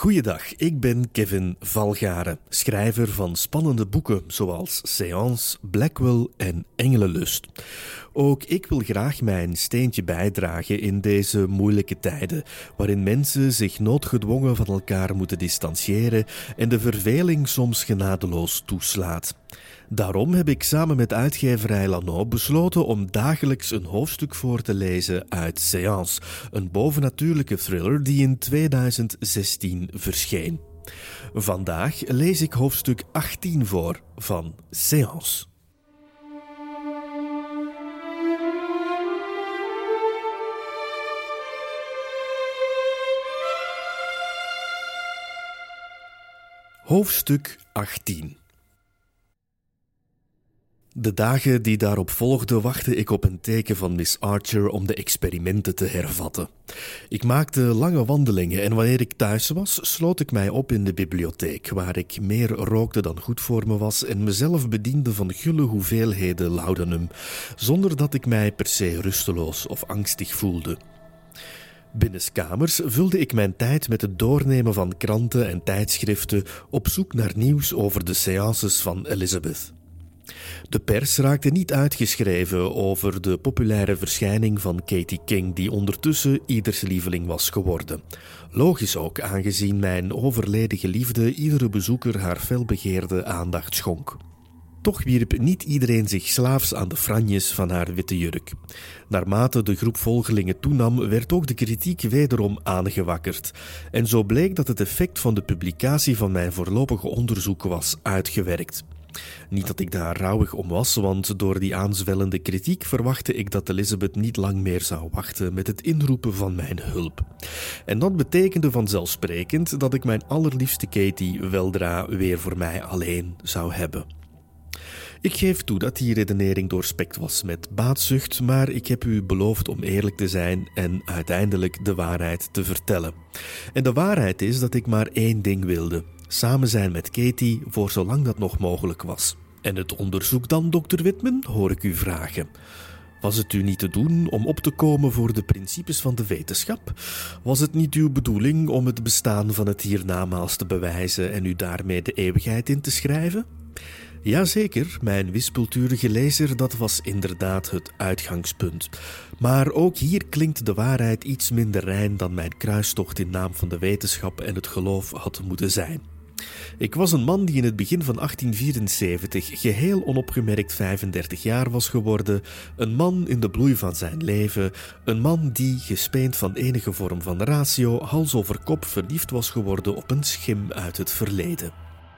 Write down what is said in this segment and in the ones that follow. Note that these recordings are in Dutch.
Goeiedag, ik ben Kevin Valgaren, schrijver van spannende boeken zoals Séance, Blackwell en Engelenlust. Ook ik wil graag mijn steentje bijdragen in deze moeilijke tijden, waarin mensen zich noodgedwongen van elkaar moeten distancieren en de verveling soms genadeloos toeslaat. Daarom heb ik samen met uitgeverij Lano besloten om dagelijks een hoofdstuk voor te lezen uit Séance, een bovennatuurlijke thriller die in 2016 verscheen. Vandaag lees ik hoofdstuk 18 voor van Séance. Hoofdstuk 18. De dagen die daarop volgden wachtte ik op een teken van Miss Archer om de experimenten te hervatten. Ik maakte lange wandelingen en wanneer ik thuis was, sloot ik mij op in de bibliotheek, waar ik meer rookte dan goed voor me was en mezelf bediende van gulle hoeveelheden laudanum, zonder dat ik mij per se rusteloos of angstig voelde. Binnenskamers vulde ik mijn tijd met het doornemen van kranten en tijdschriften op zoek naar nieuws over de séances van Elizabeth. De pers raakte niet uitgeschreven over de populaire verschijning van Katie King, die ondertussen ieders lieveling was geworden. Logisch ook, aangezien mijn overleden geliefde iedere bezoeker haar felbegeerde aandacht schonk. Toch wierp niet iedereen zich slaafs aan de franjes van haar witte jurk. Naarmate de groep volgelingen toenam, werd ook de kritiek wederom aangewakkerd. En zo bleek dat het effect van de publicatie van mijn voorlopige onderzoek was uitgewerkt. Niet dat ik daar rouwig om was, want door die aanzwellende kritiek verwachtte ik dat Elizabeth niet lang meer zou wachten met het inroepen van mijn hulp. En dat betekende vanzelfsprekend dat ik mijn allerliefste Katie weldra weer voor mij alleen zou hebben. Ik geef toe dat die redenering doorspekt was met baatzucht, maar ik heb u beloofd om eerlijk te zijn en uiteindelijk de waarheid te vertellen. En de waarheid is dat ik maar één ding wilde: samen zijn met Katie voor zolang dat nog mogelijk was. En het onderzoek dan, Dr. Whitman, hoor ik u vragen. Was het u niet te doen om op te komen voor de principes van de wetenschap? Was het niet uw bedoeling om het bestaan van het hiernamaals te bewijzen en u daarmee de eeuwigheid in te schrijven? Jazeker, mijn wispelturige lezer, dat was inderdaad het uitgangspunt. Maar ook hier klinkt de waarheid iets minder rein dan mijn kruistocht in naam van de wetenschap en het geloof had moeten zijn. Ik was een man die in het begin van 1874 geheel onopgemerkt 35 jaar was geworden, een man in de bloei van zijn leven, een man die, gespeend van enige vorm van ratio, hals over kop verliefd was geworden op een schim uit het verleden.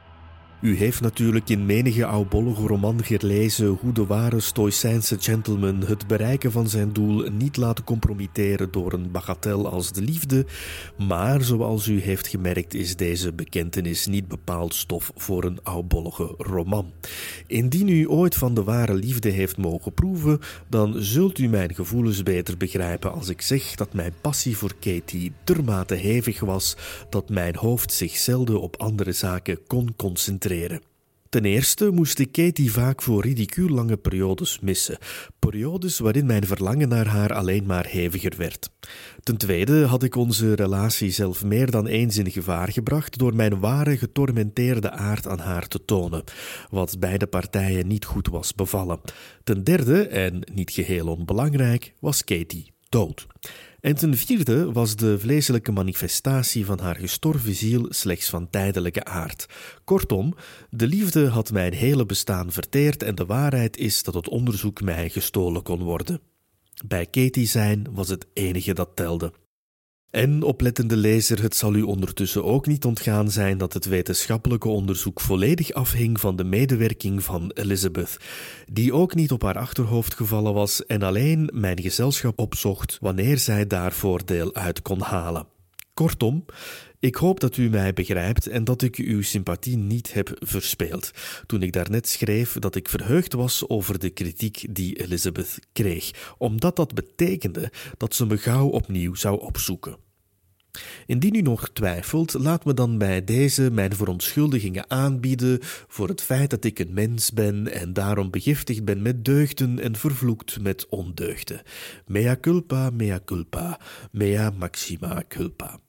U heeft natuurlijk in menige oudbollige roman gelezen hoe de ware stoïcijnse gentleman het bereiken van zijn doel niet laat compromitteren door een bagatel als de liefde, maar zoals u heeft gemerkt is deze bekentenis niet bepaald stof voor een oudbollige roman. Indien u ooit van de ware liefde heeft mogen proeven, dan zult u mijn gevoelens beter begrijpen als ik zeg dat mijn passie voor Katie dermate hevig was dat mijn hoofd zich zelden op andere zaken kon concentreren. Ten eerste moest ik Katie vaak voor ridicuul lange periodes missen. Periodes waarin mijn verlangen naar haar alleen maar heviger werd. Ten tweede had ik onze relatie zelf meer dan eens in gevaar gebracht door mijn ware getormenteerde aard aan haar te tonen, wat beide partijen niet goed was bevallen. Ten derde, en niet geheel onbelangrijk, was Katie dood. En ten vierde was de vleeselijke manifestatie van haar gestorven ziel slechts van tijdelijke aard. Kortom, de liefde had mijn hele bestaan verteerd en de waarheid is dat het onderzoek mij gestolen kon worden. Bij Katie zijn was het enige dat telde. En, oplettende lezer, het zal u ondertussen ook niet ontgaan zijn dat het wetenschappelijke onderzoek volledig afhing van de medewerking van Elizabeth, die ook niet op haar achterhoofd gevallen was en alleen mijn gezelschap opzocht wanneer zij daar voordeel uit kon halen. Kortom, ik hoop dat u mij begrijpt en dat ik uw sympathie niet heb verspeeld toen ik daarnet schreef dat ik verheugd was over de kritiek die Elizabeth kreeg, omdat dat betekende dat ze me gauw opnieuw zou opzoeken. Indien u nog twijfelt, laat me dan bij deze mijn verontschuldigingen aanbieden voor het feit dat ik een mens ben en daarom begiftigd ben met deugden en vervloekt met ondeugden. Mea culpa, mea culpa, mea maxima culpa.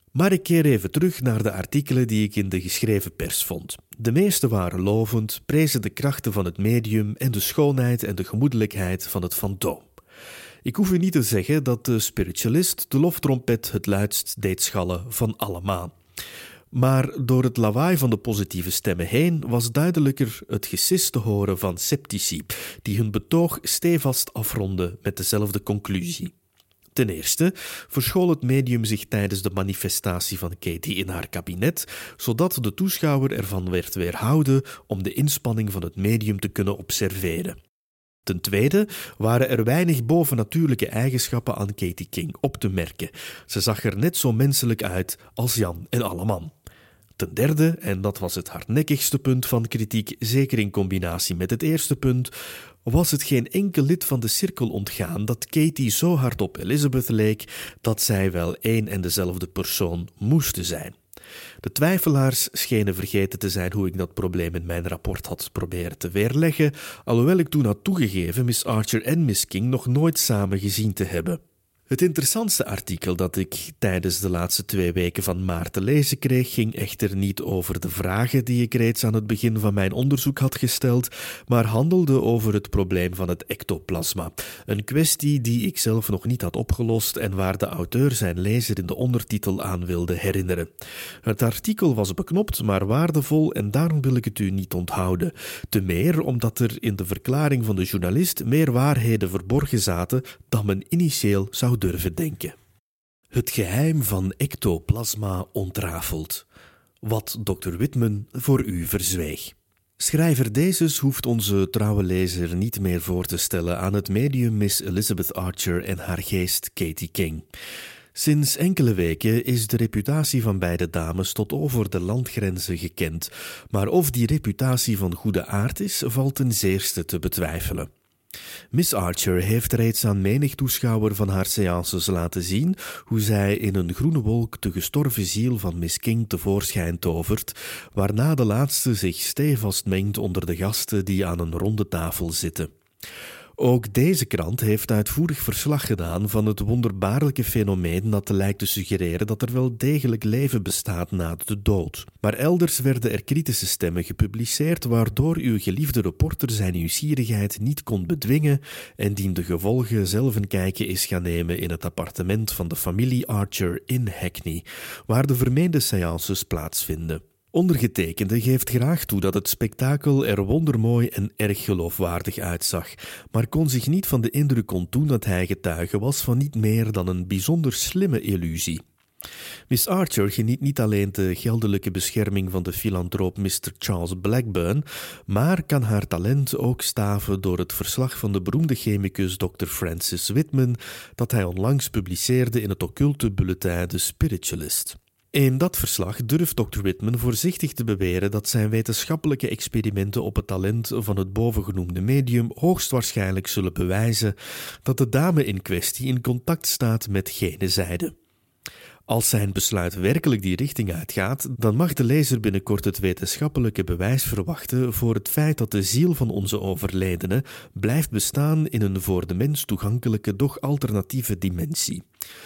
Maar ik keer even terug naar de artikelen die ik in de geschreven pers vond. De meeste waren lovend, prezen de krachten van het medium en de schoonheid en de gemoedelijkheid van het fantoom. Ik hoef u niet te zeggen dat de spiritualist de loftrompet het luidst deed schallen van allemaal. Maar door het lawaai van de positieve stemmen heen was duidelijker het gesis te horen van sceptici, die hun betoog stevast afronden met dezelfde conclusie. Ten eerste verschool het medium zich tijdens de manifestatie van Katie in haar kabinet, zodat de toeschouwer ervan werd weerhouden om de inspanning van het medium te kunnen observeren. Ten tweede waren er weinig bovennatuurlijke eigenschappen aan Katie King op te merken. Ze zag er net zo menselijk uit als Jan en Alleman. Ten derde, en dat was het hardnekkigste punt van kritiek, zeker in combinatie met het eerste punt, was het geen enkel lid van de cirkel ontgaan dat Katie zo hard op Elizabeth leek dat zij wel één en dezelfde persoon moesten zijn. De twijfelaars schenen vergeten te zijn hoe ik dat probleem in mijn rapport had proberen te weerleggen, alhoewel ik toen had toegegeven Miss Archer en Miss King nog nooit samen gezien te hebben. Het interessantste artikel dat ik tijdens de laatste 2 weken van maart te lezen kreeg, ging echter niet over de vragen die ik reeds aan het begin van mijn onderzoek had gesteld, maar handelde over het probleem van het ectoplasma. Een kwestie die ik zelf nog niet had opgelost en waar de auteur zijn lezer in de ondertitel aan wilde herinneren. Het artikel was beknopt, maar waardevol en daarom wil ik het u niet onthouden. Te meer omdat er in de verklaring van de journalist meer waarheden verborgen zaten dan men initieel zou durven denken. Het geheim van ectoplasma ontrafeld. Wat Dr. Whitman voor u verzweeg. Schrijver Dezes hoeft onze trouwe lezer niet meer voor te stellen aan het medium Miss Elizabeth Archer en haar geest Katie King. Sinds enkele weken is de reputatie van beide dames tot over de landgrenzen gekend, maar of die reputatie van goede aard is, valt ten zeerste te betwijfelen. Miss Archer heeft reeds aan menig toeschouwer van haar séances laten zien hoe zij in een groene wolk de gestorven ziel van Miss King tevoorschijn tovert, waarna de laatste zich stevast mengt onder de gasten die aan een ronde tafel zitten. Ook deze krant heeft uitvoerig verslag gedaan van het wonderbaarlijke fenomeen dat lijkt te suggereren dat er wel degelijk leven bestaat na de dood. Maar elders werden er kritische stemmen gepubliceerd waardoor uw geliefde reporter zijn nieuwsgierigheid niet kon bedwingen en dien de gevolgen zelf een kijkje is gaan nemen in het appartement van de familie Archer in Hackney, waar de vermeende séances plaatsvinden. Ondergetekende geeft graag toe dat het spektakel er wondermooi en erg geloofwaardig uitzag, maar kon zich niet van de indruk ontdoen dat hij getuige was van niet meer dan een bijzonder slimme illusie. Miss Archer geniet niet alleen de geldelijke bescherming van de filantroop Mr. Charles Blackburn, maar kan haar talent ook staven door het verslag van de beroemde chemicus Dr. Francis Whitman dat hij onlangs publiceerde in het occulte bulletin The Spiritualist. In dat verslag durft Dr. Whitman voorzichtig te beweren dat zijn wetenschappelijke experimenten op het talent van het bovengenoemde medium hoogstwaarschijnlijk zullen bewijzen dat de dame in kwestie in contact staat met gene zijde. Als zijn besluit werkelijk die richting uitgaat, dan mag de lezer binnenkort het wetenschappelijke bewijs verwachten voor het feit dat de ziel van onze overledene blijft bestaan in een voor de mens toegankelijke, doch alternatieve dimensie.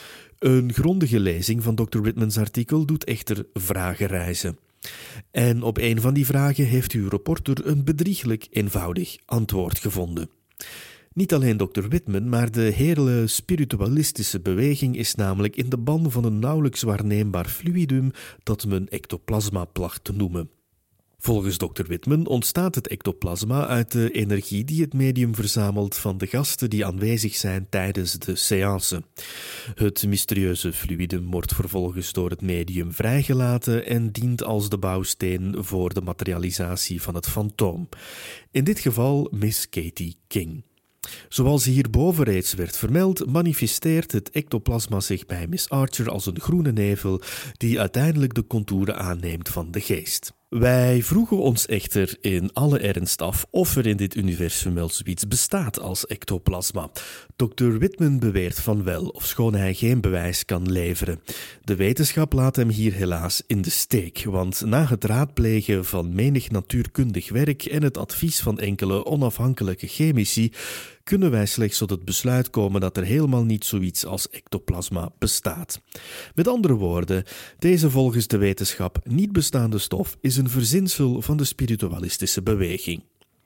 Een grondige lezing van Dr. Whitmans artikel doet echter vragen rijzen. En op een van die vragen heeft uw reporter een bedrieglijk eenvoudig antwoord gevonden. Niet alleen Dr. Whitman, maar de hele spiritualistische beweging is namelijk in de ban van een nauwelijks waarneembaar fluidum dat men ectoplasma placht te noemen. Volgens Dr. Whitman ontstaat het ectoplasma uit de energie die het medium verzamelt van de gasten die aanwezig zijn tijdens de séance. Het mysterieuze fluidum wordt vervolgens door het medium vrijgelaten en dient als de bouwsteen voor de materialisatie van het fantoom. In dit geval Miss Katie King. Zoals hierboven reeds werd vermeld, manifesteert het ectoplasma zich bij Miss Archer als een groene nevel die uiteindelijk de contouren aanneemt van de geest. Wij vroegen ons echter in alle ernst af of er in dit universum wel zoiets bestaat als ectoplasma. Dr. Whitman beweert van wel, ofschoon hij geen bewijs kan leveren. De wetenschap laat hem hier helaas in de steek, want na het raadplegen van menig natuurkundig werk en het advies van enkele onafhankelijke chemici kunnen wij slechts tot het besluit komen dat er helemaal niet zoiets als ectoplasma bestaat. Met andere woorden, deze volgens de wetenschap niet bestaande stof is een verzinsel van de spiritualistische beweging.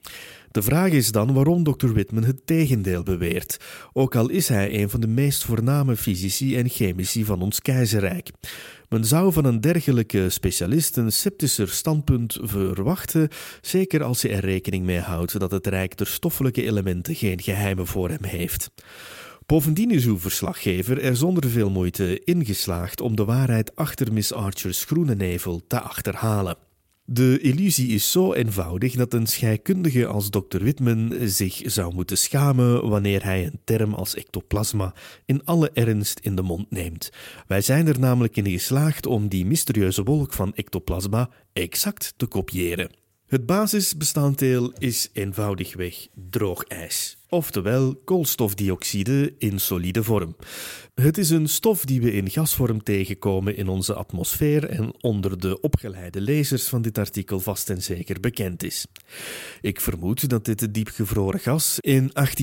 De vraag is dan waarom Dr. Whitman het tegendeel beweert, ook al is hij een van de meest voorname fysici en chemici van ons keizerrijk. Men zou van een dergelijke specialist een sceptischer standpunt verwachten, zeker als je er rekening mee houdt dat het rijk der stoffelijke elementen geen geheimen voor hem heeft. Bovendien is uw verslaggever er zonder veel moeite in geslaagd om de waarheid achter Miss Archer's groene nevel te achterhalen. De illusie is zo eenvoudig dat een scheikundige als Dr. Whitman zich zou moeten schamen wanneer hij een term als ectoplasma in alle ernst in de mond neemt. Wij zijn er namelijk in geslaagd om die mysterieuze wolk van ectoplasma exact te kopiëren. Het basisbestanddeel is eenvoudigweg droog ijs, oftewel koolstofdioxide in solide vorm. Het is een stof die we in gasvorm tegenkomen in onze atmosfeer en onder de opgeleide lezers van dit artikel vast en zeker bekend is. Ik vermoed dat dit diepgevroren gas, in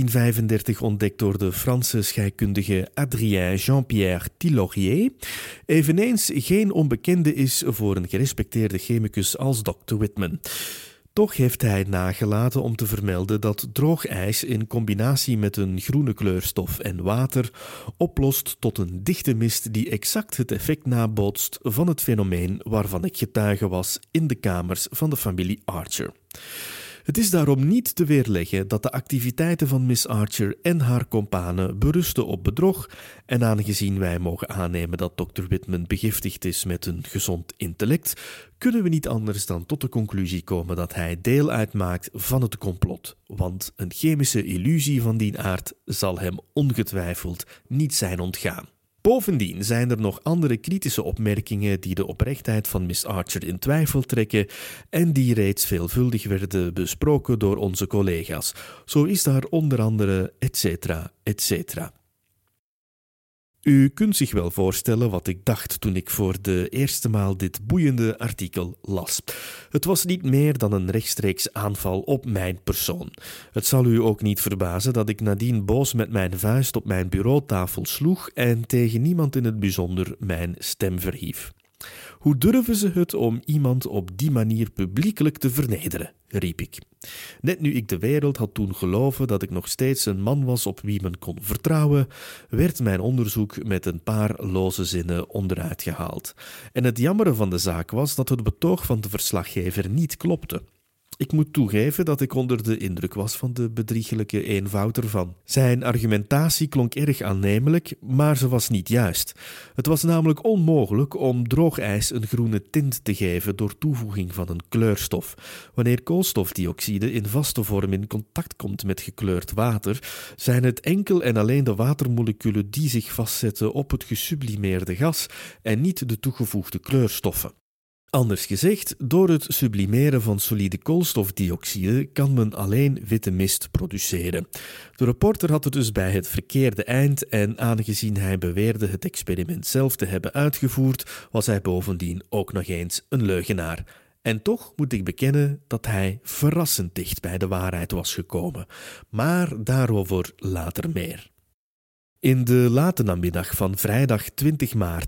1835 ontdekt door de Franse scheikundige Adrien Jean-Pierre Tillorier, eveneens geen onbekende is voor een gerespecteerde chemicus als Dr. Whitman. Toch heeft hij nagelaten om te vermelden dat droog ijs in combinatie met een groene kleurstof en water oplost tot een dichte mist die exact het effect nabootst van het fenomeen waarvan ik getuige was in de kamers van de familie Archer. Het is daarom niet te weerleggen dat de activiteiten van Miss Archer en haar kompanen berusten op bedrog en aangezien wij mogen aannemen dat Dr. Whitman begiftigd is met een gezond intellect, kunnen we niet anders dan tot de conclusie komen dat hij deel uitmaakt van het complot, want een chemische illusie van die aard zal hem ongetwijfeld niet zijn ontgaan. Bovendien zijn er nog andere kritische opmerkingen die de oprechtheid van Miss Archer in twijfel trekken en die reeds veelvuldig werden besproken door onze collega's. Zo is daar onder andere etc. U kunt zich wel voorstellen wat ik dacht toen ik voor de eerste maal dit boeiende artikel las. Het was niet meer dan een rechtstreeks aanval op mijn persoon. Het zal u ook niet verbazen dat ik nadien boos met mijn vuist op mijn bureautafel sloeg en tegen niemand in het bijzonder mijn stem verhief. Hoe durven ze het om iemand op die manier publiekelijk te vernederen, riep ik. Net nu ik de wereld had doen geloven dat ik nog steeds een man was op wie men kon vertrouwen, werd mijn onderzoek met een paar loze zinnen onderuit gehaald. En het jammere van de zaak was dat het betoog van de verslaggever niet klopte. Ik moet toegeven dat ik onder de indruk was van de bedriegelijke eenvoud ervan. Zijn argumentatie klonk erg aannemelijk, maar ze was niet juist. Het was namelijk onmogelijk om droog ijs een groene tint te geven door toevoeging van een kleurstof. Wanneer koolstofdioxide in vaste vorm in contact komt met gekleurd water, zijn het enkel en alleen de watermoleculen die zich vastzetten op het gesublimeerde gas en niet de toegevoegde kleurstoffen. Anders gezegd, door het sublimeren van solide koolstofdioxide kan men alleen witte mist produceren. De reporter had het dus bij het verkeerde eind en aangezien hij beweerde het experiment zelf te hebben uitgevoerd, was hij bovendien ook nog eens een leugenaar. En toch moet ik bekennen dat hij verrassend dicht bij de waarheid was gekomen. Maar daarover later meer. In de late namiddag van vrijdag 20 maart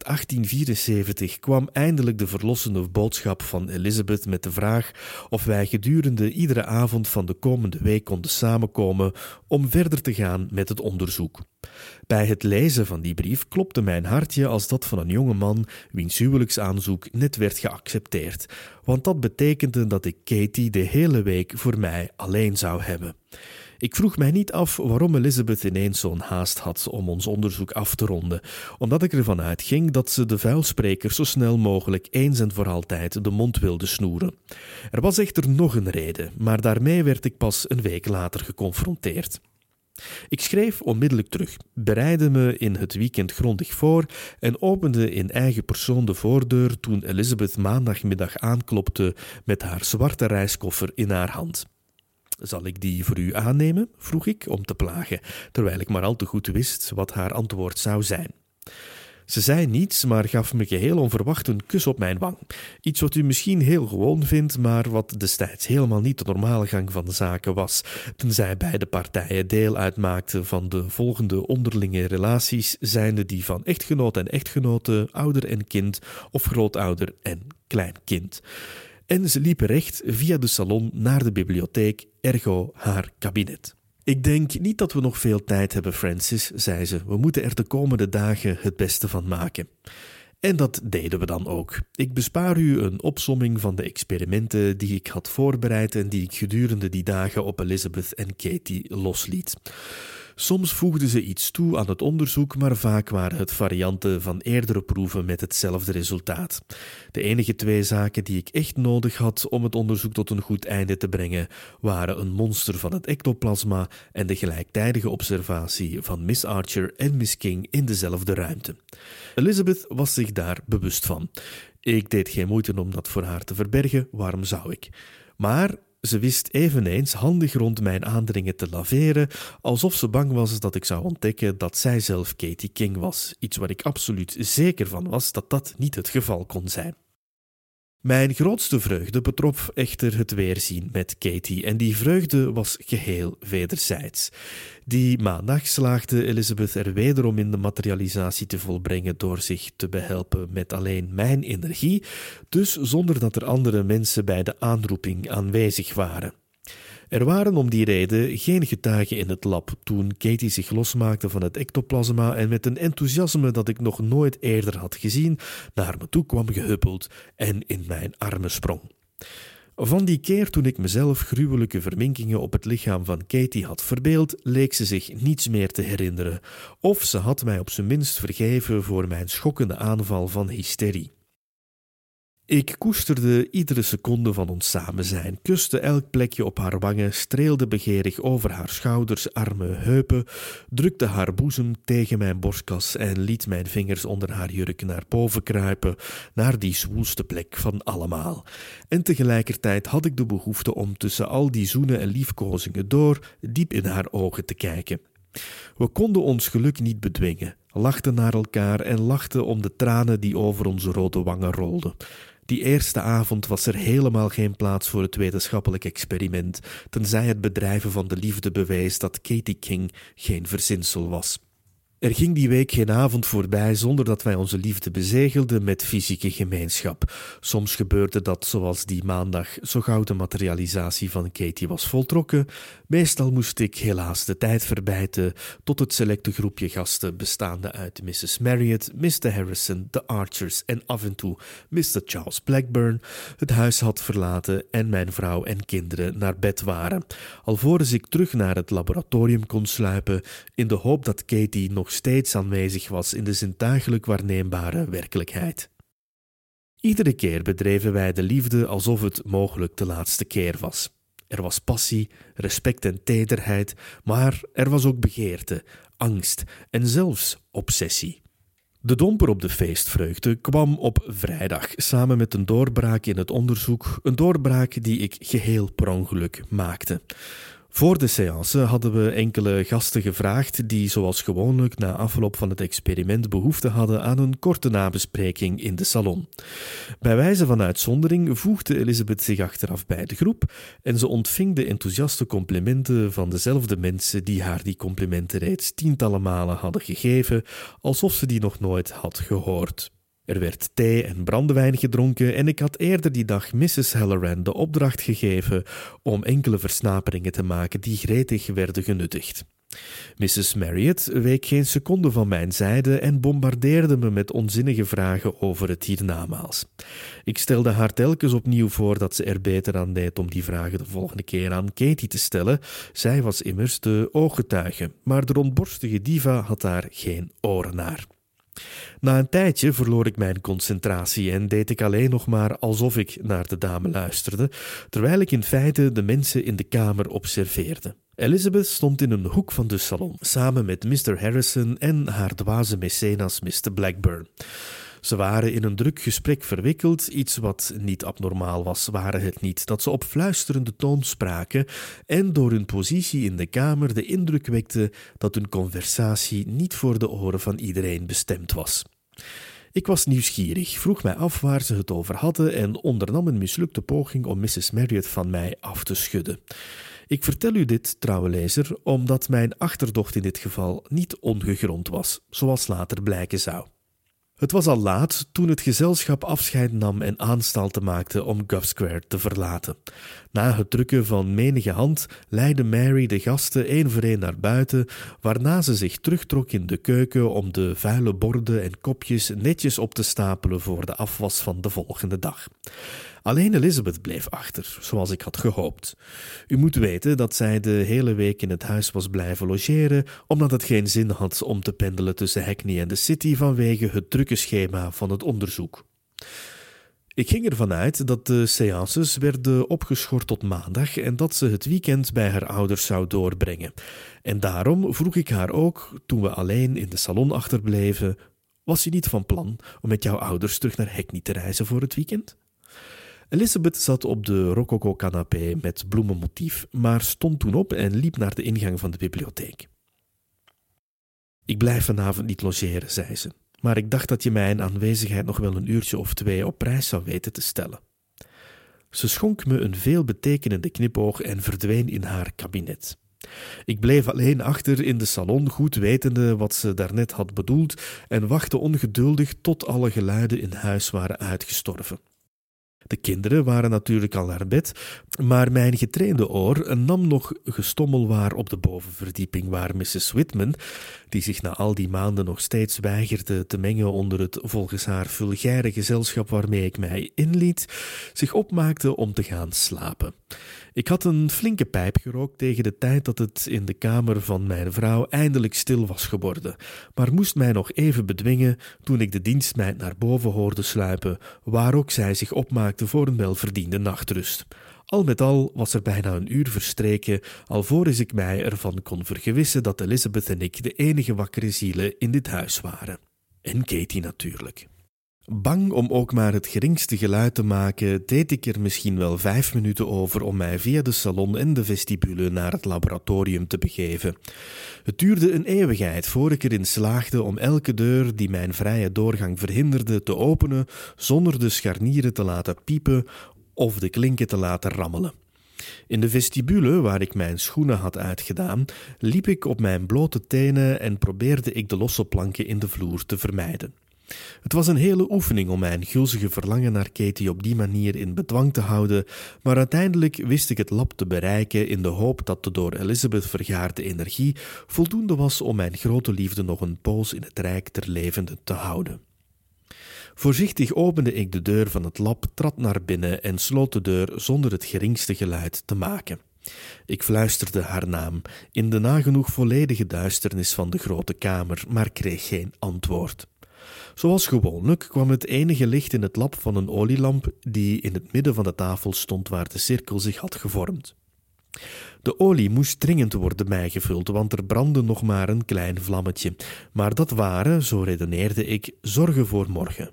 1874 kwam eindelijk de verlossende boodschap van Elizabeth met de vraag of wij gedurende iedere avond van de komende week konden samenkomen om verder te gaan met het onderzoek. Bij het lezen van die brief klopte mijn hartje als dat van een jonge man wiens huwelijksaanzoek net werd geaccepteerd, want dat betekende dat ik Katie de hele week voor mij alleen zou hebben. Ik vroeg mij niet af waarom Elizabeth ineens zo'n haast had om ons onderzoek af te ronden, omdat ik ervan uitging dat ze de vuilspreker zo snel mogelijk eens en voor altijd de mond wilde snoeren. Er was echter nog een reden, maar daarmee werd ik pas een week later geconfronteerd. Ik schreef onmiddellijk terug, bereidde me in het weekend grondig voor en opende in eigen persoon de voordeur toen Elizabeth maandagmiddag aanklopte met haar zwarte reiskoffer in haar hand. Zal ik die voor u aannemen? Vroeg ik om te plagen, terwijl ik maar al te goed wist wat haar antwoord zou zijn. Ze zei niets, maar gaf me geheel onverwacht een kus op mijn wang. Iets wat u misschien heel gewoon vindt, maar wat destijds helemaal niet de normale gang van de zaken was, tenzij beide partijen deel uitmaakten van de volgende onderlinge relaties, zijnde die van echtgenoot en echtgenote, ouder en kind of grootouder en kleinkind. En ze liepen recht via de salon naar de bibliotheek, ergo haar kabinet. Ik denk niet dat we nog veel tijd hebben, Francis, zei ze. We moeten er de komende dagen het beste van maken. En dat deden we dan ook. Ik bespaar u een opsomming van de experimenten die ik had voorbereid en die ik gedurende die dagen op Elizabeth en Katie losliet. Soms voegden ze iets toe aan het onderzoek, maar vaak waren het varianten van eerdere proeven met hetzelfde resultaat. De enige 2 zaken die ik echt nodig had om het onderzoek tot een goed einde te brengen, waren een monster van het ectoplasma en de gelijktijdige observatie van Miss Archer en Miss King in dezelfde ruimte. Elizabeth was zich daar bewust van. Ik deed geen moeite om dat voor haar te verbergen, waarom zou ik? Maar ze wist eveneens handig rond mijn aandringen te laveren, alsof ze bang was dat ik zou ontdekken dat zij zelf Katie King was. Iets waar ik absoluut zeker van was dat dat niet het geval kon zijn. Mijn grootste vreugde betrof echter het weerzien met Katie en die vreugde was geheel wederzijds. Die maandag slaagde Elizabeth er wederom in de materialisatie te volbrengen door zich te behelpen met alleen mijn energie, dus zonder dat er andere mensen bij de aanroeping aanwezig waren. Er waren om die reden geen getuigen in het lab toen Katie zich losmaakte van het ectoplasma en met een enthousiasme dat ik nog nooit eerder had gezien, naar me toe kwam gehuppeld en in mijn armen sprong. Van die keer toen ik mezelf gruwelijke verminkingen op het lichaam van Katie had verbeeld, leek ze zich niets meer te herinneren, of ze had mij op zijn minst vergeven voor mijn schokkende aanval van hysterie. Ik koesterde iedere seconde van ons samen zijn, kuste elk plekje op haar wangen, streelde begeerig over haar schouders, armen, heupen, drukte haar boezem tegen mijn borstkas en liet mijn vingers onder haar jurk naar boven kruipen, naar die zwoelste plek van allemaal. En tegelijkertijd had ik de behoefte om tussen al die zoenen en liefkozingen door diep in haar ogen te kijken. We konden ons geluk niet bedwingen, lachten naar elkaar en lachten om de tranen die over onze rode wangen rolden. Die eerste avond was er helemaal geen plaats voor het wetenschappelijk experiment, tenzij het bedrijven van de liefde bewees dat Katie King geen verzinsel was. Er ging die week geen avond voorbij zonder dat wij onze liefde bezegelden met fysieke gemeenschap. Soms gebeurde dat zoals die maandag, zo gauw de materialisatie van Katie was voltrokken. Meestal moest ik helaas de tijd verbijten tot het selecte groepje gasten bestaande uit Mrs. Marriott, Mr. Harrison, de Archers en af en toe Mr. Charles Blackburn het huis had verlaten en mijn vrouw en kinderen naar bed waren, alvorens ik terug naar het laboratorium kon sluipen in de hoop dat Katie nog steeds aanwezig was in de zintuigelijk waarneembare werkelijkheid. Iedere keer bedreven wij de liefde alsof het mogelijk de laatste keer was. Er was passie, respect en tederheid, maar er was ook begeerte, angst en zelfs obsessie. De domper op de feestvreugde kwam op vrijdag, samen met een doorbraak in het onderzoek, een doorbraak die ik geheel per ongeluk maakte. Voor de séance hadden we enkele gasten gevraagd die zoals gewoonlijk na afloop van het experiment behoefte hadden aan een korte nabespreking in de salon. Bij wijze van uitzondering voegde Elizabeth zich achteraf bij de groep en ze ontving de enthousiaste complimenten van dezelfde mensen die haar die complimenten reeds tientallen malen hadden gegeven, alsof ze die nog nooit had gehoord. Er werd thee en brandewijn gedronken en ik had eerder die dag Mrs. Halloran de opdracht gegeven om enkele versnaperingen te maken die gretig werden genuttigd. Mrs. Marriott week geen seconde van mijn zijde en bombardeerde me met onzinnige vragen over het hiernamaals. Ik stelde haar telkens opnieuw voor dat ze er beter aan deed om die vragen de volgende keer aan Katie te stellen. Zij was immers de ooggetuige, maar de rondborstige diva had daar geen oren naar. Na een tijdje verloor ik mijn concentratie en deed ik alleen nog maar alsof ik naar de dame luisterde, terwijl ik in feite de mensen in de kamer observeerde. Elizabeth stond in een hoek van de salon, samen met Mr. Harrison en haar dwaze mecenas Mr. Blackburn. Ze waren in een druk gesprek verwikkeld, iets wat niet abnormaal was, waren het niet dat ze op fluisterende toon spraken en door hun positie in de kamer de indruk wekte dat hun conversatie niet voor de oren van iedereen bestemd was. Ik was nieuwsgierig, vroeg mij af waar ze het over hadden en ondernam een mislukte poging om Mrs. Marriott van mij af te schudden. Ik vertel u dit, trouwe lezer, omdat mijn achterdocht in dit geval niet ongegrond was, zoals later blijken zou. Het was al laat toen het gezelschap afscheid nam en aanstalten maakte om Gov Square te verlaten. Na het drukken van menige hand leidde Mary de gasten één voor één naar buiten, waarna ze zich terugtrok in de keuken om de vuile borden en kopjes netjes op te stapelen voor de afwas van de volgende dag. Alleen Elizabeth bleef achter, zoals ik had gehoopt. U moet weten dat zij de hele week in het huis was blijven logeren, omdat het geen zin had om te pendelen tussen Hackney en de City vanwege het drukke schema van het onderzoek. Ik ging ervan uit dat de séances werden opgeschort tot maandag en dat ze het weekend bij haar ouders zou doorbrengen. En daarom vroeg ik haar ook, toen we alleen in de salon achterbleven, was je niet van plan om met jouw ouders terug naar Hackney te reizen voor het weekend? Elizabeth zat op de rococo-canapé met bloemenmotief, maar stond toen op en liep naar de ingang van de bibliotheek. Ik blijf vanavond niet logeren, zei ze, maar ik dacht dat je mijn aanwezigheid nog wel een uurtje of 2 op prijs zou weten te stellen. Ze schonk me een veelbetekenende knipoog en verdween in haar kabinet. Ik bleef alleen achter in de salon, goed wetende wat ze daarnet had bedoeld, en wachtte ongeduldig tot alle geluiden in huis waren uitgestorven. De kinderen waren natuurlijk al naar bed, maar mijn getrainde oor nam nog gestommel waar op de bovenverdieping waar Mrs. Whitman, die zich na al die maanden nog steeds weigerde te mengen onder het volgens haar vulgaire gezelschap waarmee ik mij inliet, zich opmaakte om te gaan slapen. Ik had een flinke pijp gerookt tegen de tijd dat het in de kamer van mijn vrouw eindelijk stil was geworden, maar moest mij nog even bedwingen toen ik de dienstmeid naar boven hoorde sluipen, waar ook zij zich opmaakte voor een welverdiende nachtrust. Al met al was er bijna een uur verstreken, alvorens ik mij ervan kon vergewissen dat Elizabeth en ik de enige wakkere zielen in dit huis waren. En Katie natuurlijk. Bang om ook maar het geringste geluid te maken, deed ik er misschien wel 5 minuten over om mij via de salon en de vestibule naar het laboratorium te begeven. Het duurde een eeuwigheid voor ik erin slaagde om elke deur die mijn vrije doorgang verhinderde te openen, zonder de scharnieren te laten piepen of de klinken te laten rammelen. In de vestibule, waar ik mijn schoenen had uitgedaan, liep ik op mijn blote tenen en probeerde ik de losse planken in de vloer te vermijden. Het was een hele oefening om mijn gulzige verlangen naar Katie op die manier in bedwang te houden, maar uiteindelijk wist ik het lab te bereiken in de hoop dat de door Elizabeth vergaarde energie voldoende was om mijn grote liefde nog een poos in het rijk der levenden te houden. Voorzichtig opende ik de deur van het lab, trad naar binnen en sloot de deur zonder het geringste geluid te maken. Ik fluisterde haar naam in de nagenoeg volledige duisternis van de grote kamer, maar kreeg geen antwoord. Zoals gewoonlijk kwam het enige licht in het lab van een olielamp die in het midden van de tafel stond waar de cirkel zich had gevormd. De olie moest dringend worden bijgevuld, want er brandde nog maar een klein vlammetje, maar dat waren, zo redeneerde ik, zorgen voor morgen.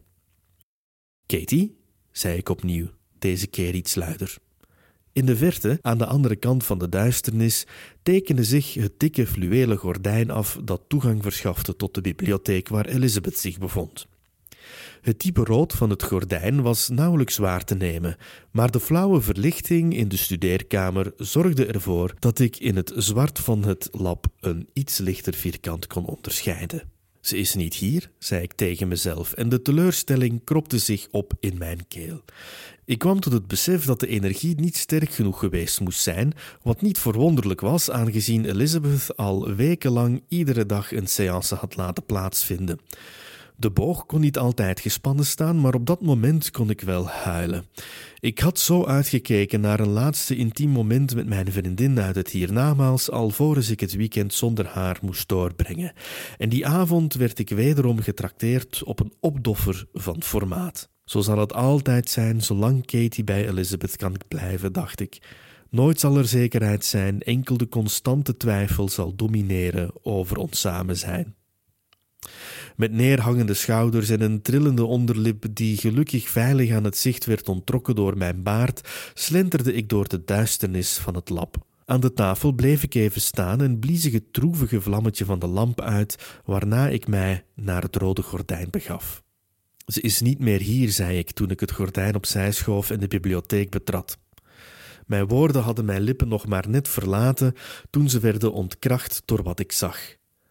Katie, zei ik opnieuw, deze keer iets luider. In de verte, aan de andere kant van de duisternis, tekende zich het dikke fluwelen gordijn af dat toegang verschafte tot de bibliotheek waar Elizabeth zich bevond. Het diepe rood van het gordijn was nauwelijks waar te nemen, maar de flauwe verlichting in de studeerkamer zorgde ervoor dat ik in het zwart van het lab een iets lichter vierkant kon onderscheiden. Ze is niet hier, zei ik tegen mezelf, en de teleurstelling kropte zich op in mijn keel. Ik kwam tot het besef dat de energie niet sterk genoeg geweest moest zijn, wat niet verwonderlijk was, aangezien Elizabeth al wekenlang iedere dag een séance had laten plaatsvinden. De boog kon niet altijd gespannen staan, maar op dat moment kon ik wel huilen. Ik had zo uitgekeken naar een laatste intiem moment met mijn vriendin uit het hiernamaals, alvorens ik het weekend zonder haar moest doorbrengen. En die avond werd ik wederom getrakteerd op een opdoffer van formaat. Zo zal het altijd zijn, zolang Katie bij Elizabeth kan blijven, dacht ik. Nooit zal er zekerheid zijn, enkel de constante twijfel zal domineren over ons samen zijn. Met neerhangende schouders en een trillende onderlip die gelukkig veilig aan het zicht werd onttrokken door mijn baard, slenterde ik door de duisternis van het lab. Aan de tafel bleef ik even staan en blies ik het droevige vlammetje van de lamp uit, waarna ik mij naar het rode gordijn begaf. Ze is niet meer hier, zei ik toen ik het gordijn opzij schoof en de bibliotheek betrad. Mijn woorden hadden mijn lippen nog maar net verlaten toen ze werden ontkracht door wat ik zag.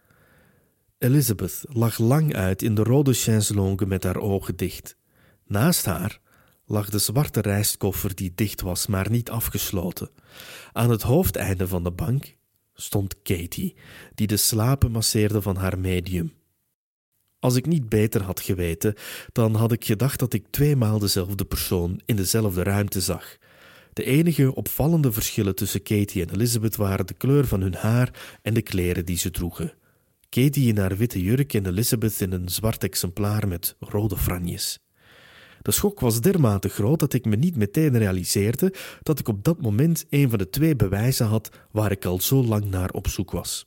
Elizabeth lag lang uit in de rode chaiselongue met haar ogen dicht. Naast haar lag de zwarte rijstkoffer die dicht was, maar niet afgesloten. Aan het hoofdeinde van de bank stond Katie, die de slapen masseerde van haar medium. Als ik niet beter had geweten, dan had ik gedacht dat ik 2 maal dezelfde persoon in dezelfde ruimte zag. De enige opvallende verschillen tussen Katie en Elizabeth waren de kleur van hun haar en de kleren die ze droegen. Katie in haar witte jurk en Elizabeth in een zwart exemplaar met rode franjes. De schok was dermate groot dat ik me niet meteen realiseerde dat ik op dat moment een van de 2 bewijzen had waar ik al zo lang naar op zoek was.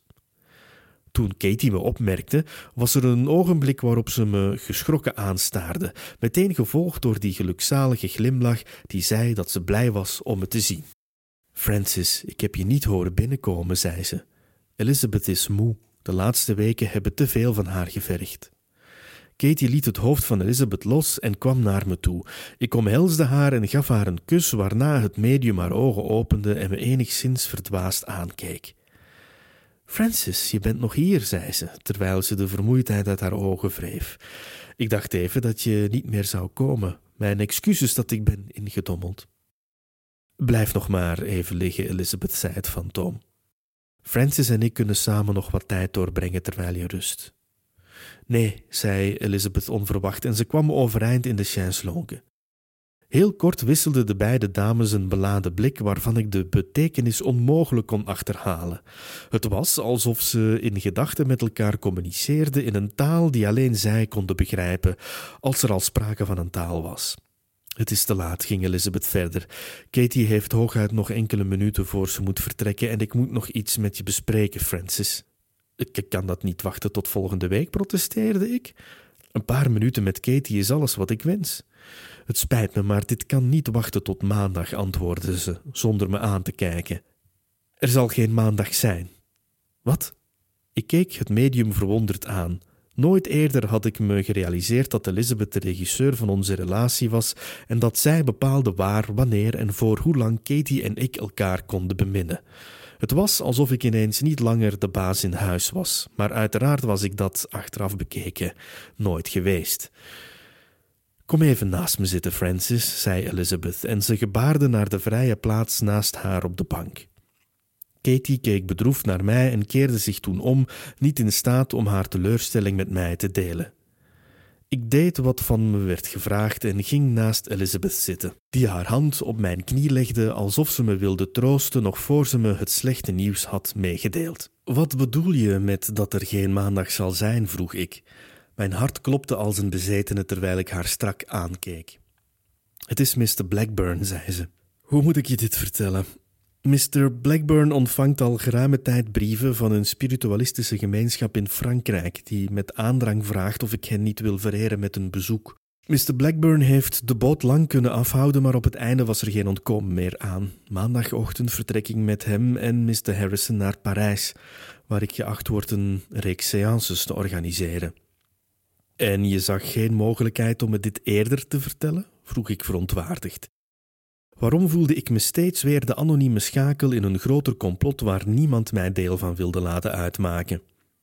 Toen Katie me opmerkte, was er een ogenblik waarop ze me geschrokken aanstaarde, meteen gevolgd door die gelukzalige glimlach die zei dat ze blij was om me te zien. Francis, ik heb je niet horen binnenkomen, zei ze. Elizabeth is moe. De laatste weken hebben te veel van haar gevergd. Katie liet het hoofd van Elizabeth los en kwam naar me toe. Ik omhelsde haar en gaf haar een kus, waarna het medium haar ogen opende en me enigszins verdwaasd aankeek. Francis, je bent nog hier, zei ze, terwijl ze de vermoeidheid uit haar ogen wreef. Ik dacht even dat je niet meer zou komen. Mijn excuses dat ik ben ingedommeld. Blijf nog maar even liggen, Elizabeth, zei het fantoom. Francis en ik kunnen samen nog wat tijd doorbrengen terwijl je rust. Nee, zei Elizabeth onverwacht en ze kwam overeind in de chaiselongue. Heel kort wisselden de beide dames een beladen blik waarvan ik de betekenis onmogelijk kon achterhalen. Het was alsof ze in gedachten met elkaar communiceerden in een taal die alleen zij konden begrijpen, als er al sprake van een taal was. Het is te laat, ging Elizabeth verder. Katie heeft hooguit nog enkele minuten voor ze moet vertrekken en ik moet nog iets met je bespreken, Francis. Ik kan dat niet wachten tot volgende week, protesteerde ik. Een paar minuten met Katie is alles wat ik wens. Het spijt me, maar dit kan niet wachten tot maandag, antwoordde ze, zonder me aan te kijken. Er zal geen maandag zijn. Wat? Ik keek het medium verwonderd aan. Nooit eerder had ik me gerealiseerd dat Elizabeth de regisseur van onze relatie was en dat zij bepaalde waar, wanneer en voor hoe lang Katie en ik elkaar konden beminnen. Het was alsof ik ineens niet langer de baas in huis was, maar uiteraard was ik dat, achteraf bekeken, nooit geweest. Kom even naast me zitten, Francis, zei Elizabeth, en ze gebaarde naar de vrije plaats naast haar op de bank. Katie keek bedroefd naar mij en keerde zich toen om, niet in staat om haar teleurstelling met mij te delen. Ik deed wat van me werd gevraagd en ging naast Elizabeth zitten, die haar hand op mijn knie legde alsof ze me wilde troosten nog voor ze me het slechte nieuws had meegedeeld. Wat bedoel je met dat er geen maandag zal zijn, vroeg ik. Mijn hart klopte als een bezetene terwijl ik haar strak aankeek. Het is Mr. Blackburn, zei ze. Hoe moet ik je dit vertellen? Mr. Blackburn ontvangt al geruime tijd brieven van een spiritualistische gemeenschap in Frankrijk die met aandrang vraagt of ik hen niet wil vereren met een bezoek. Mr. Blackburn heeft de boot lang kunnen afhouden, maar op het einde was er geen ontkomen meer aan. Maandagochtend vertrek ik met hem en Mr. Harrison naar Parijs, waar ik geacht word een reeks séances te organiseren. En je zag geen mogelijkheid om me dit eerder te vertellen? Vroeg ik verontwaardigd. Waarom voelde ik me steeds weer de anonieme schakel in een groter complot waar niemand mij deel van wilde laten uitmaken?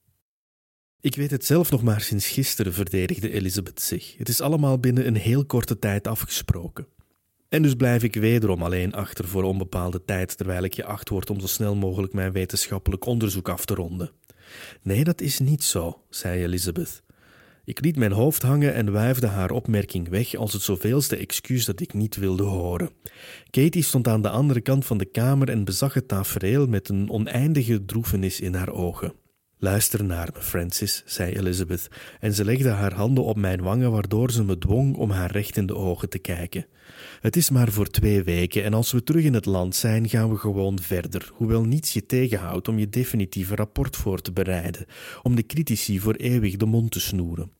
Ik weet het zelf nog maar sinds gisteren, verdedigde Elizabeth zich. Het is allemaal binnen een heel korte tijd afgesproken. En dus blijf ik wederom alleen achter voor onbepaalde tijd, terwijl ik geacht word om zo snel mogelijk mijn wetenschappelijk onderzoek af te ronden. Nee, dat is niet zo, zei Elizabeth. Ik liet mijn hoofd hangen en wuifde haar opmerking weg als het zoveelste excuus dat ik niet wilde horen. Katie stond aan de andere kant van de kamer en bezag het tafereel met een oneindige droefenis in haar ogen. Luister naar me, Francis, zei Elizabeth, en ze legde haar handen op mijn wangen, waardoor ze me dwong om haar recht in de ogen te kijken. Het is maar voor 2 weken en als we terug in het land zijn, gaan we gewoon verder, hoewel niets je tegenhoudt om je definitieve rapport voor te bereiden, om de critici voor eeuwig de mond te snoeren.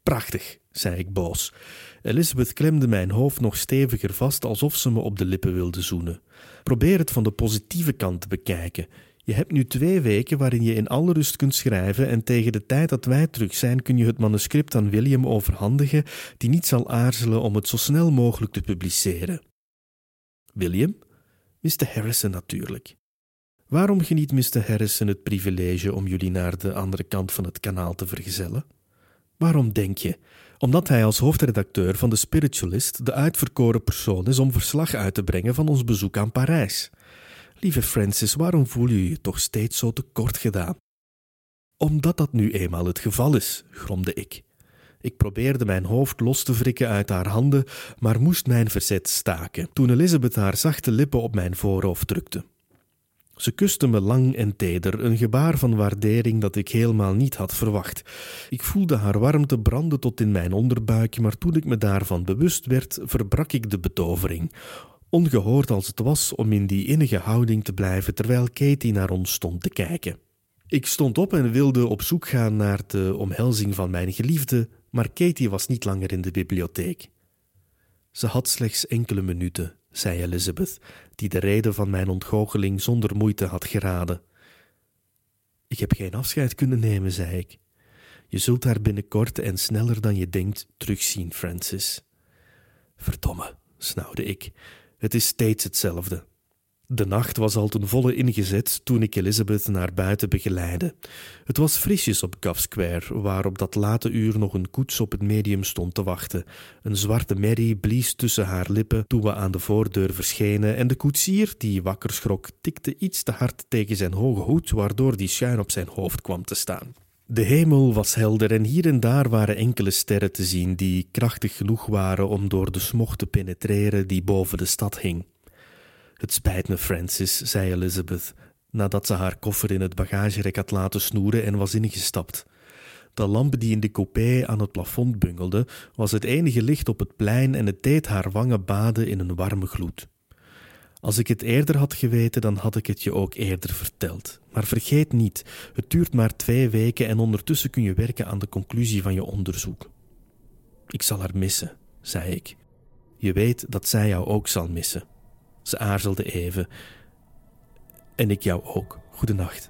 Prachtig, zei ik boos. Elizabeth klemde mijn hoofd nog steviger vast alsof ze me op de lippen wilde zoenen. Probeer het van de positieve kant te bekijken. Je hebt nu 2 weken waarin je in alle rust kunt schrijven en tegen de tijd dat wij terug zijn kun je het manuscript aan William overhandigen, die niet zal aarzelen om het zo snel mogelijk te publiceren. William? Mr. Harrison natuurlijk. Waarom geniet Mr. Harrison het privilege om jullie naar de andere kant van het kanaal te vergezellen? Waarom denk je? Omdat hij als hoofdredacteur van The Spiritualist de uitverkoren persoon is om verslag uit te brengen van ons bezoek aan Parijs. Lieve Francis, waarom voel je je toch steeds zo tekort gedaan? Omdat dat nu eenmaal het geval is, gromde ik. Ik probeerde mijn hoofd los te wrikken uit haar handen, maar moest mijn verzet staken toen Elizabeth haar zachte lippen op mijn voorhoofd drukte. Ze kuste me lang en teder, een gebaar van waardering dat ik helemaal niet had verwacht. Ik voelde haar warmte branden tot in mijn onderbuik, maar toen ik me daarvan bewust werd, verbrak ik de betovering. Ongehoord als het was om in die innige houding te blijven terwijl Katie naar ons stond te kijken. Ik stond op en wilde op zoek gaan naar de omhelzing van mijn geliefde, maar Katie was niet langer in de bibliotheek. Ze had slechts enkele minuten, zei Elizabeth, die de reden van mijn ontgoocheling zonder moeite had geraden. Ik heb geen afscheid kunnen nemen, zei ik. Je zult haar binnenkort en sneller dan je denkt terugzien, Francis. Verdomme, snauwde ik. Het is steeds hetzelfde. De nacht was al ten volle ingezet toen ik Elizabeth naar buiten begeleidde. Het was frisjes op Cove Square, waar op dat late uur nog een koets op het medium stond te wachten. Een zwarte merrie blies tussen haar lippen toen we aan de voordeur verschenen en de koetsier, die wakker schrok, tikte iets te hard tegen zijn hoge hoed, waardoor die schuin op zijn hoofd kwam te staan. De hemel was helder en hier en daar waren enkele sterren te zien die krachtig genoeg waren om door de smog te penetreren die boven de stad hing. Het spijt me, Francis, zei Elizabeth, nadat ze haar koffer in het bagagerek had laten snoeren en was ingestapt. De lamp die in de coupé aan het plafond bungelde, was het enige licht op het plein en het deed haar wangen baden in een warme gloed. Als ik het eerder had geweten, dan had ik het je ook eerder verteld. Maar vergeet niet, het duurt maar 2 weken en ondertussen kun je werken aan de conclusie van je onderzoek. Ik zal haar missen, zei ik. Je weet dat zij jou ook zal missen. Ze aarzelde even. En ik jou ook. Goedenacht.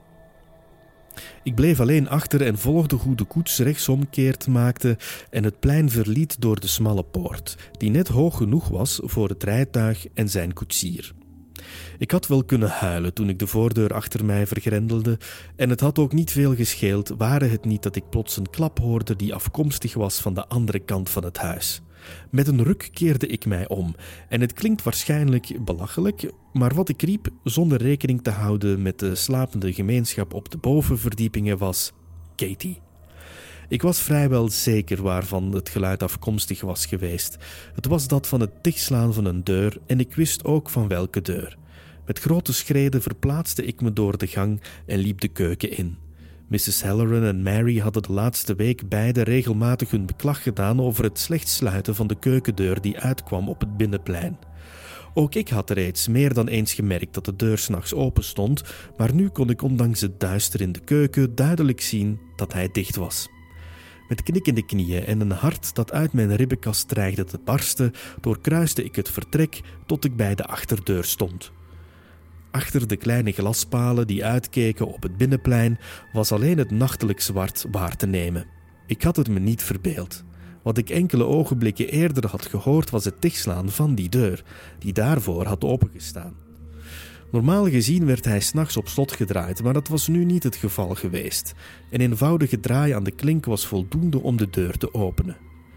Ik bleef alleen achter en volgde hoe de koets rechtsomkeert maakte en het plein verliet door de smalle poort, die net hoog genoeg was voor het rijtuig en zijn koetsier. Ik had wel kunnen huilen toen ik de voordeur achter mij vergrendelde en het had ook niet veel gescheeld, ware het niet dat ik plots een klap hoorde die afkomstig was van de andere kant van het huis. Met een ruk keerde ik mij om en het klinkt waarschijnlijk belachelijk, maar wat ik riep, zonder rekening te houden met de slapende gemeenschap op de bovenverdiepingen, was Katie. Ik was vrijwel zeker waarvan het geluid afkomstig was geweest. Het was dat van het dichtslaan van een deur en ik wist ook van welke deur. Met grote schreden verplaatste ik me door de gang en liep de keuken in. Mrs. Halloran en Mary hadden de laatste week beide regelmatig hun beklag gedaan over het slecht sluiten van de keukendeur die uitkwam op het binnenplein. Ook ik had reeds meer dan eens gemerkt dat de deur 's nachts open stond, maar nu kon ik ondanks het duister in de keuken duidelijk zien dat hij dicht was. Met knikkende knieën en een hart dat uit mijn ribbenkast dreigde te barsten, doorkruiste ik het vertrek tot ik bij de achterdeur stond. Achter de kleine glaspalen die uitkeken op het binnenplein was alleen het nachtelijk zwart waar te nemen. Ik had het me niet verbeeld. Wat ik enkele ogenblikken eerder had gehoord was het dichtslaan van die deur, die daarvoor had opengestaan. Normaal gezien werd hij 's nachts op slot gedraaid, maar dat was nu niet het geval geweest. Een eenvoudige draai aan de klink was voldoende om de deur te openen.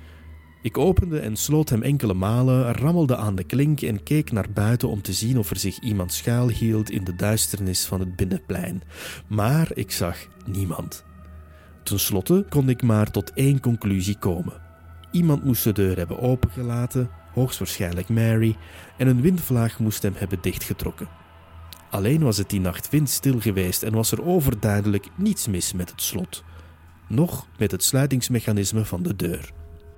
Ik opende en sloot hem enkele malen, rammelde aan de klink en keek naar buiten om te zien of er zich iemand schuilhield in de duisternis van het binnenplein. Maar ik zag niemand. Ten slotte kon ik maar tot 1 conclusie komen. Iemand moest de deur hebben opengelaten, hoogstwaarschijnlijk Mary, en een windvlaag moest hem hebben dichtgetrokken. Alleen was het die nacht windstil geweest en was er overduidelijk niets mis met het slot. Noch met het sluitingsmechanisme van de deur.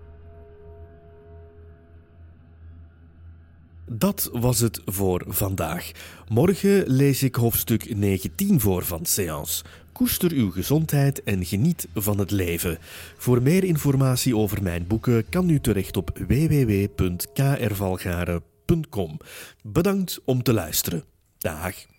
Dat was het voor vandaag. Morgen lees ik hoofdstuk 19 voor van Séance. Koester uw gezondheid en geniet van het leven. Voor meer informatie over mijn boeken kan u terecht op www.krvalgaren.com. Bedankt om te luisteren. Dag.